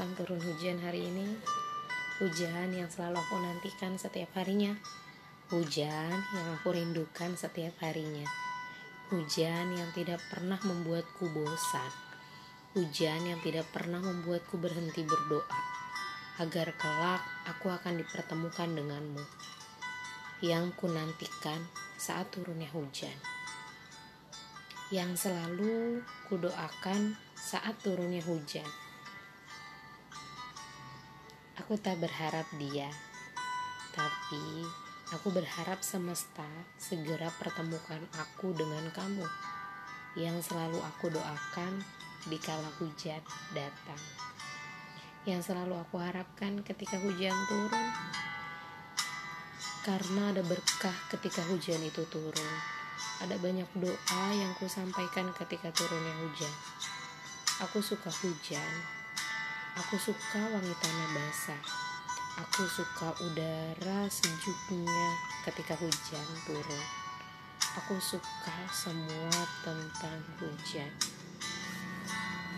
tentang turun hujan hari ini. Hujan yang selalu aku nantikan setiap harinya. Hujan yang aku rindukan setiap harinya. Hujan yang tidak pernah membuatku bosan. Hujan yang tidak pernah membuatku berhenti berdoa agar kelak aku akan dipertemukan denganmu, yang ku nantikan saat turunnya hujan, yang selalu kudoakan saat turunnya hujan. Aku tak berharap dia, tapi aku berharap semesta segera pertemukan aku dengan kamu, yang selalu aku doakan dikala hujan datang, yang selalu aku harapkan ketika hujan turun, karena ada berkah ketika hujan itu turun. Ada banyak doa yang ku sampaikan ketika turunnya hujan. Aku suka hujan. Aku suka wangi tanah basah. Aku suka udara sejuknya ketika hujan turun. Aku suka semua tentang hujan.